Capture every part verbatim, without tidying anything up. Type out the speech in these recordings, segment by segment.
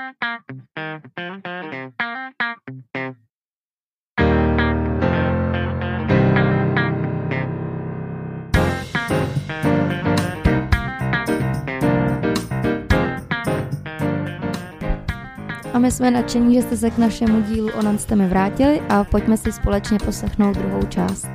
A my jsme nadšení, že jste se k našemu dílu o non-stemy vrátili a pojďme si společně poslechnout druhou část.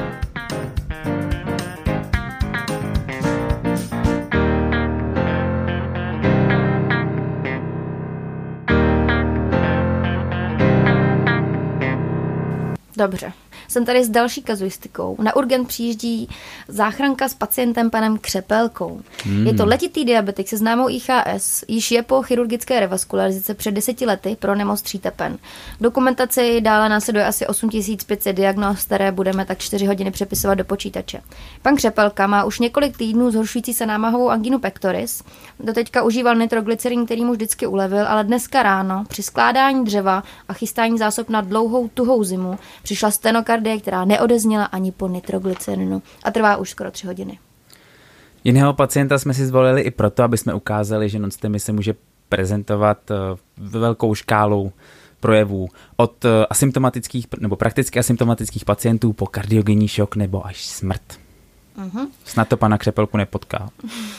Dobře. Jsem tady s další kazuistikou. Na urgent přijíždí záchranka s pacientem panem Křepelkou. Hmm. Je to letitý diabetik se známou I H S, již je po chirurgické revaskularizaci před deseti lety pro nemoc tří tepen. V dokumentaci dále následuje asi osm tisíc pět set diagnóz, které budeme tak čtyři hodiny přepisovat do počítače. Pan Křepelka má už několik týdnů zhoršující se námahovou anginu pectoris. Doteďka užíval nitroglycerin, který mu vždycky ulevil, ale dneska ráno při skládání dřeva a chystání zásob na dlouhou tuhou zimu přišla stenokardie, která neodezněla ani po nitroglycerinu a trvá už skoro tři hodiny. Jiného pacienta jsme si zvolili i proto, aby jsme ukázali, že non-stemy se může prezentovat velkou škálou projevů od asymptomatických nebo prakticky asymptomatických pacientů po kardiogenní šok nebo až smrt. Uh-huh. Snad to pana Křepelku nepotká.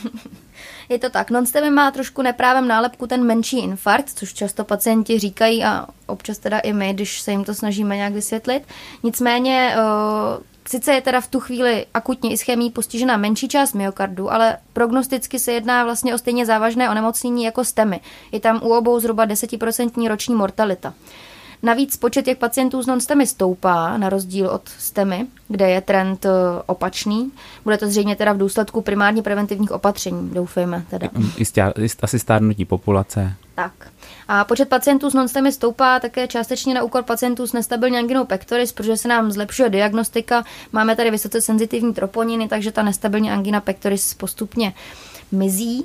Je to tak. Non-stemy má trošku neprávem nálepku ten menší infarkt, což často pacienti říkají a občas teda i my, když se jim to snažíme nějak vysvětlit. Nicméně uh, sice je teda v tu chvíli akutně ischemii postižená menší část myokardu, ale prognosticky se jedná vlastně o stejně závažné onemocnění jako STEMI. Je tam u obou zhruba desetiprocentní roční mortalita. Navíc počet těch pacientů s non-stemy stoupá, na rozdíl od STEMI, kde je trend opačný. Bude to zřejmě teda v důsledku primárně preventivních opatření, doufejme teda. Jistě, jist, asi stárnutí populace. Tak. A počet pacientů s non-stemy stoupá také částečně na úkor pacientů s nestabilní anginou pectoris, protože se nám zlepšuje diagnostika. Máme tady vysoce senzitivní troponiny, takže ta nestabilní angina pectoris postupně mizí.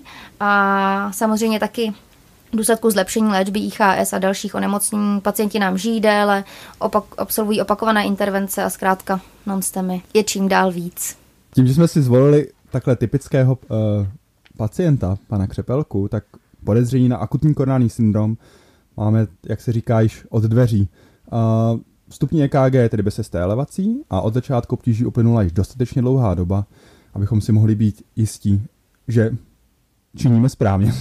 A samozřejmě taky v důsledku zlepšení léčby I H S a dalších onemocnění pacienti nám žijí déle, opak, absolvují opakované intervence a zkrátka non-stemy je čím dál víc. Tím, že jsme si zvolili takhle typického uh, pacienta, pana Křepelku, tak podezření na akutní koronární syndrom máme, jak se říká, již od dveří. Uh, vstupní E K G je tedy bez S T elevací a od začátku obtíží uplynula již dostatečně dlouhá doba, abychom si mohli být jistí, že činíme správně.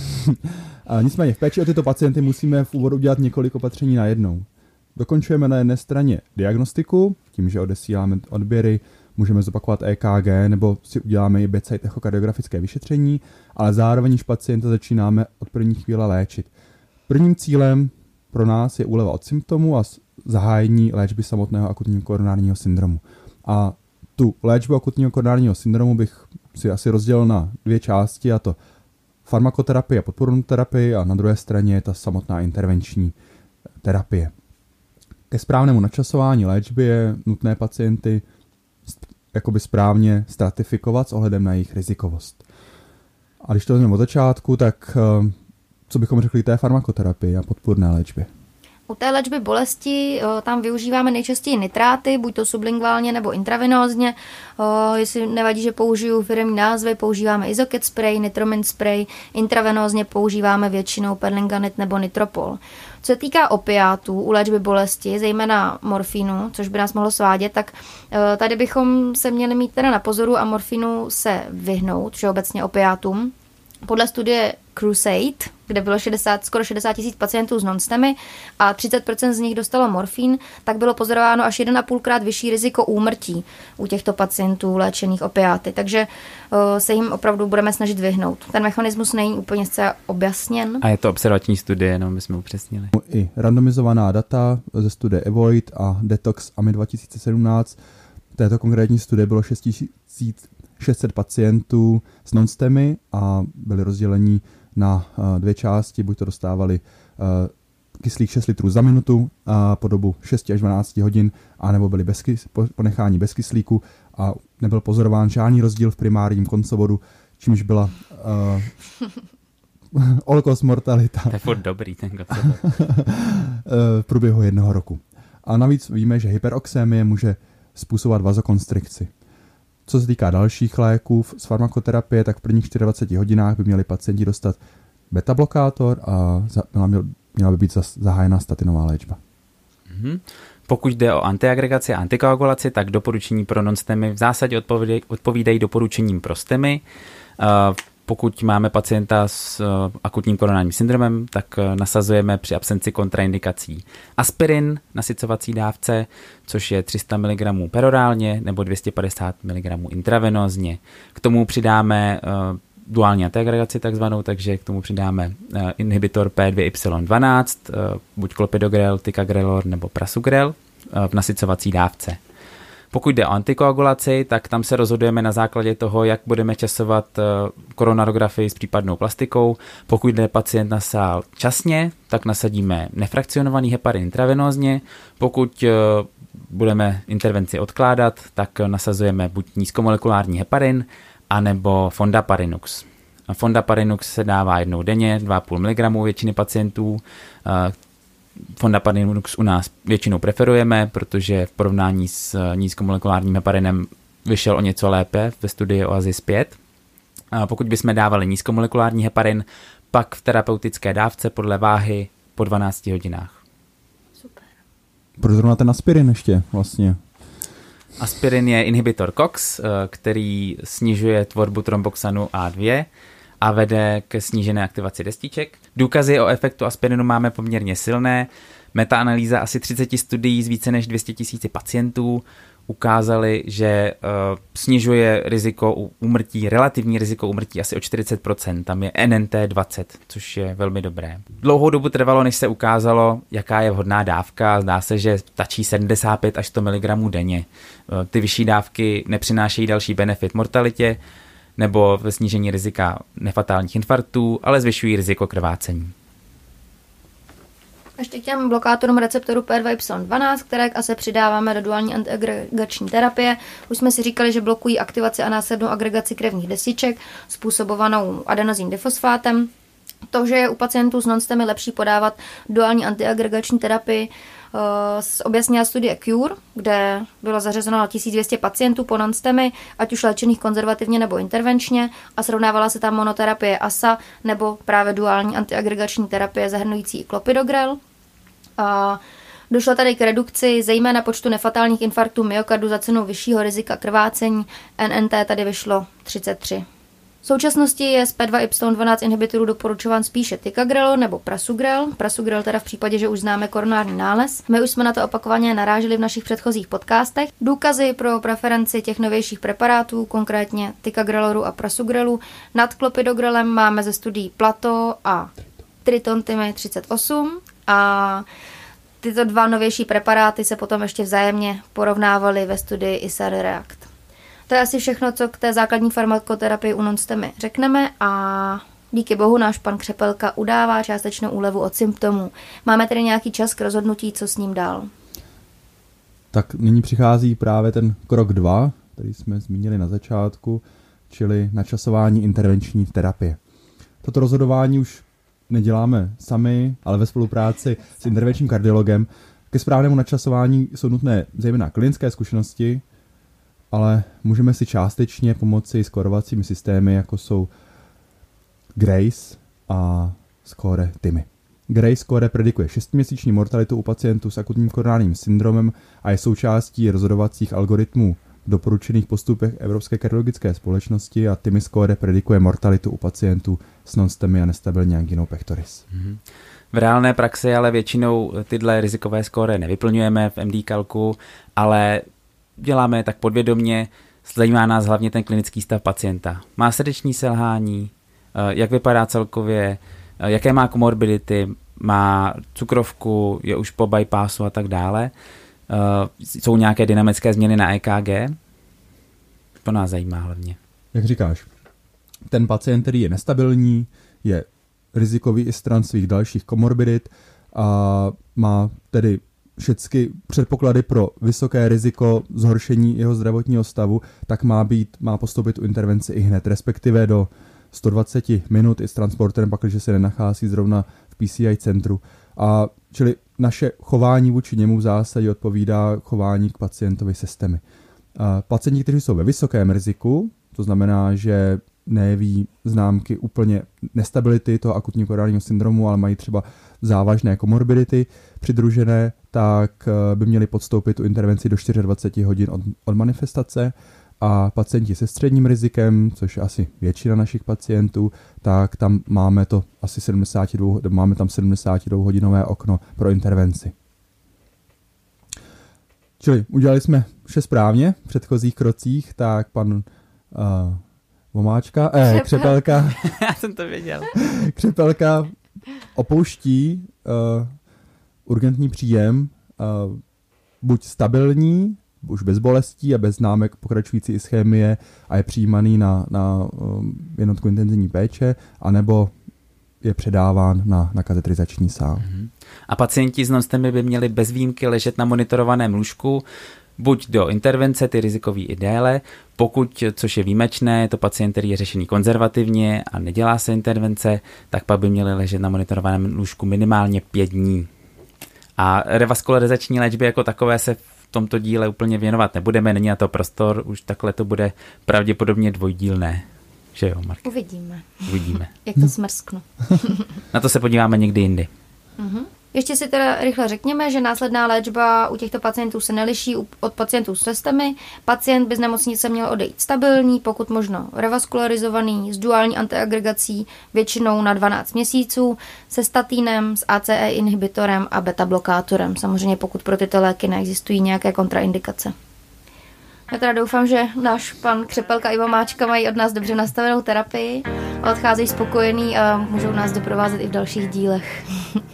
A nicméně v péči o tyto pacienty musíme v úvodu udělat několik opatření najednou. Dokončujeme na jedné straně diagnostiku, tím, že odesíláme odběry, můžeme zopakovat E K G nebo si uděláme i bedside echokardiografické vyšetření, ale zároveň již pacienta začínáme od první chvíle léčit. Prvním cílem pro nás je úleva od symptomů a zahájení léčby samotného akutního koronárního syndromu. A tu léčbu akutního koronárního syndromu bych si asi rozdělil na dvě části, a to farmakoterapie a podpornou terapii a na druhé straně je ta samotná intervenční terapie. Ke správnému načasování léčby je nutné pacienty jakoby správně stratifikovat s ohledem na jejich rizikovost. A když to vezmeme od začátku, tak co bychom řekli té farmakoterapii a podpůrné léčbě? U té léčby bolesti tam využíváme nejčastěji nitráty, buď to sublinguálně nebo intravenózně. Jestli nevadí, že použiju firemní názvy, používáme Isoket spray, Nitromin spray, intravenózně používáme většinou Perlinganit nebo Nitropol. Co se týká opiátů u léčby bolesti, zejména morfínu, což by nás mohlo svádět, tak tady bychom se měli mít teda na pozoru a morfínu se vyhnout, všeobecně opiátům. Podle studie Crusade, kde bylo šedesát, skoro šedesát tisíc pacientů s non-stemy a třicet procent z nich dostalo morfín, tak bylo pozorováno až jeden a půl krát vyšší riziko úmrtí u těchto pacientů léčených opiáty. Takže uh, se jim opravdu budeme snažit vyhnout. Ten mechanismus není úplně zcela objasněn. A je to observační studie, jenom bychom upřesnili. I randomizovaná data ze studie Evoid a Detox A M I dva tisíce sedmnáct. V této konkrétní studii bylo šest tisíc šest set pacientů s non-stemy a byli rozděleni na dvě části, buď to dostávali kyslík šest litrů za minutu po dobu šest až dvanáct hodin, anebo byli bez kys, ponechání bez kyslíku a nebyl pozorován žádný rozdíl v primárním koncovodu, čímž byla uh, all-cause mortalita. To je furt dobrý ten koncovod. v průběhu jednoho roku. A navíc víme, že hyperoxémie může způsobovat vazokonstrikci. Co se týká dalších léků z farmakoterapie, tak v prvních dvaceti čtyřech hodinách by měli pacienti dostat beta-blokátor a měla měla by být zahájena statinová léčba. Mm-hmm. Pokud jde o antiagregaci a antikoagulaci, tak doporučení pro non-STEMy v zásadě odpovídají, odpovídají doporučením pro STEMy. Pokud máme pacienta s akutním koronárním syndromem, tak nasazujeme při absenci kontraindikací aspirin na sycovací dávce, což je tři sta miligramů perorálně nebo dvě stě padesát miligramů intravenózně. K tomu přidáme duální antiagregaci takzvanou, takže k tomu přidáme inhibitor P dva Y dvanáct, buď clopidogrel, ticagrelor nebo prasugrel v nasycovací dávce. Pokud jde o antikoagulaci, tak tam se rozhodujeme na základě toho, jak budeme časovat koronarografii s případnou plastikou. Pokud jde pacient na sál časně, tak nasadíme nefrakcionovaný heparin intravenózně. Pokud budeme intervenci odkládat, tak nasazujeme buď nízkomolekulární heparin, anebo Fondaparinux. Fondaparinux se dává jednou denně, dva celá pět miligramu u většiny pacientů. Fondaparinux u nás většinou preferujeme, protože v porovnání s nízkomolekulárním heparinem vyšel o něco lépe ve studii Oasis pět. A pokud bychom dávali nízkomolekulární heparin, pak v terapeutické dávce podle váhy po dvanácti hodinách. Super. Proč zrovna ten aspirin ještě vlastně? Aspirin je inhibitor C O X, který snižuje tvorbu tromboxanu A dva a vede ke snížené aktivaci destiček. Důkazy o efektu aspirinu máme poměrně silné. Metaanalýza asi třicet studií z více než dvě stě tisíc pacientů ukázaly, že uh, snižuje riziko úmrtí, relativní riziko úmrtí asi o čtyřicet procent. Tam je N N T dvacet, což je velmi dobré. Dlouhou dobu trvalo, než se ukázalo, jaká je vhodná dávka. Zdá se, že stačí sedmdesát pět až sto miligramů denně. Uh, ty vyšší dávky nepřinášejí další benefit mortalitě nebo ve snížení rizika nefatálních infarktů, ale zvyšují riziko krvácení. Ještě k těm blokátorům receptoru P dva Y dvanáct, které asi přidáváme do duální antiagregační terapie. Už jsme si říkali, že blokují aktivaci a následnou agregaci krevních destiček způsobovanou adenozín difosfátem. To, že je u pacientů s non-STEMy lepší podávat duální antiagregační terapii, objasnila studie Cure, kde bylo zařazeno tisíc dvě stě pacientů po non-STEMy, ať už léčených konzervativně nebo intervenčně, a srovnávala se tam monoterapie A S A nebo právě duální antiagregační terapie zahrnující i clopidogrel. A došlo tady k redukci zejména počtu nefatálních infarktů myokardu za cenu vyššího rizika krvácení. N N T tady vyšlo třicet tři. V současnosti je z P dva Y dvanáct inhibitorů doporučován spíše ticagrelor nebo prasugrel. Prasugrel teda v případě, že už známe koronární nález. My už jsme na to opakovaně naráželi v našich předchozích podcastech. Důkazy pro preferenci těch novějších preparátů, konkrétně ticagreloru a prasugrelu, nad clopidogrelem máme ze studií Plato a Tritontimy třicet osm a tyto dva novější preparáty se potom ještě vzájemně porovnávaly ve studii I S A R React. To je asi všechno, co k té základní farmakoterapii u non-STEMy řekneme, a díky bohu náš pan Křepelka udává částečnou úlevu od symptomů. Máme tedy nějaký čas k rozhodnutí, co s ním dál. Tak nyní přichází právě ten krok dva, který jsme zmínili na začátku, čili načasování intervenční terapie. Toto rozhodování už neděláme sami, ale ve spolupráci s intervenčním kardiologem. Ke správnému načasování jsou nutné zejména klinické zkušenosti, ale můžeme si částečně pomoci skórovacími systémy, jako jsou GRACE a Score Timy. GRACE Score predikuje šestiměsíční mortalitu u pacientů s akutním koronárním syndromem a je součástí rozhodovacích algoritmů v doporučených postupech Evropské kardiologické společnosti, a Timy Score predikuje mortalitu u pacientů s non-STEMy a nestabilní anginou pectoris. Mm-hmm. V reálné praxi ale většinou tyhle rizikové skóre nevyplňujeme v M D kalku, ale děláme tak podvědomě. Zajímá nás hlavně ten klinický stav pacienta. Má srdeční selhání, jak vypadá celkově, jaké má komorbidity, má cukrovku, je už po bypassu a tak dále. Jsou nějaké dynamické změny na E K G? To nás zajímá hlavně. Jak říkáš, ten pacient, který je nestabilní, je rizikový i stran svých dalších komorbidit a má tedy všechny předpoklady pro vysoké riziko zhoršení jeho zdravotního stavu, tak má být, má postoupit tu intervenci i hned, respektive do sto dvacet minut i s transporterem, pakliže se nenachází zrovna v P C I centru. A čili naše chování vůči němu v zásadě odpovídá chování k pacientovi se STEMy. A pacienti, kteří jsou ve vysokém riziku, to znamená, že nejeví známky úplně nestability toho akutního koronárního syndromu, ale mají třeba závažné komorbidity přidružené, tak by měli podstoupit tu intervenci do dvacet čtyři hodin od, od manifestace a pacienti se středním rizikem, což je asi většina našich pacientů, tak tam máme to asi sedmdesát dva, máme tam sedmdesátidvouhodinové okno pro intervenci. Čili udělali jsme vše správně v předchozích krocích, tak pan uh, Vomáčka, eh, Křepelka, já jsem to věděl. Křepelka opouští uh, urgentní příjem, uh, buď stabilní, už bez bolestí a bez známek pokračující ischémie a je přijímaný na, na um, jednotku intenzivní péče, anebo je předáván na, na katetrizační sál. Mm-hmm. A pacienti s non-STEMI by měli bez výjimky ležet na monitorovaném lůžku, buď do intervence, ty rizikový i déle, pokud, což je výjimečné, je to pacient, který je řešený konzervativně a nedělá se intervence, tak pak by měli ležet na monitorovaném lůžku minimálně pět dní. A revaskularizační léčby jako takové se v tomto díle úplně věnovat nebudeme, není na to prostor, už takhle to bude pravděpodobně dvojdílné. Že jo, Mark? Uvidíme. Uvidíme. Jak to smrsknu. Na to se podíváme někdy jindy. Uh-huh. Ještě si teda rychle řekněme, že následná léčba u těchto pacientů se neliší od pacientů s STEMI. Pacient by z nemocnice měl odejít stabilní, pokud možno revaskularizovaný, s duální antiagregací, většinou na dvanáct měsíců, se statínem, s A C E inhibitorem a beta blokátorem. Samozřejmě pokud pro tyto léky neexistují nějaké kontraindikace. Já teda doufám, že náš pan Křepelka i Vomáčka mají od nás dobře nastavenou terapii a odcházejí spokojení a můžou nás doprovázet i v dalších dílech.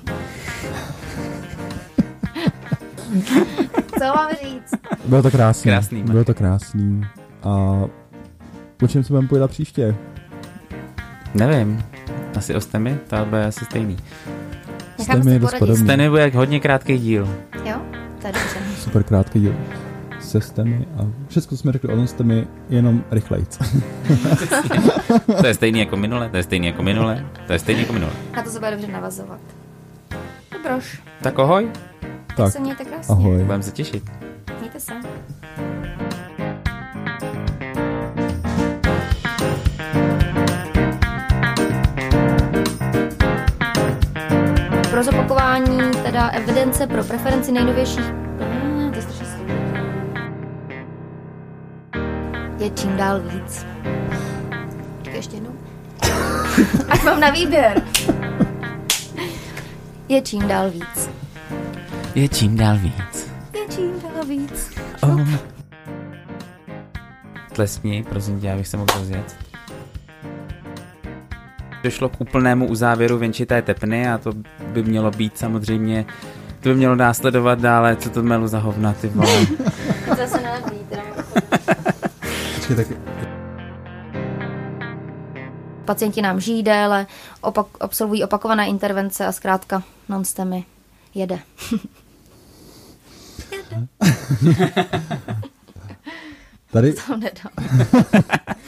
Co mám říct? Bylo to krásný. Krásný, Bylo to krásný. A po čem se budeme pojídat příště? Nevím. Asi o STEMI? To bude asi stejný. STEMI je dost podobný. STEMI bude jak hodně krátký díl. Jo? To je dobře. Super krátký díl. Se STEMI a všechno, co jsme řekli o STEMI, jenom rychlejc. To je stejný jako minule, to je stejný jako minule, to je stejný jako minule. Na to se bude dobře navazovat. Dobroš. Tak ahoj. Tak, se mějte krásně. ahoj. Budeme se těšit. Mějte se. Pro zopakování teda evidence pro preferenci nejnovějších je čím dál víc. Říkaj ještě jednou. Ať mám na výběr. Je čím dál víc. Je čím dál víc. Je čím dál víc. Oh. Tlesni, prosím tě, abych se mohl rozjet. Došlo k úplnému uzávěru věnčité tepny a to by mělo být samozřejmě, to by mělo následovat dále, co to melu za hovna, ty vole. To se nelíbí, teda. Počkej, tak... Pacienti nám žijí déle, opak, absolvují opakované intervence a zkrátka non-STEMI jede. jede. Tady... To nedám.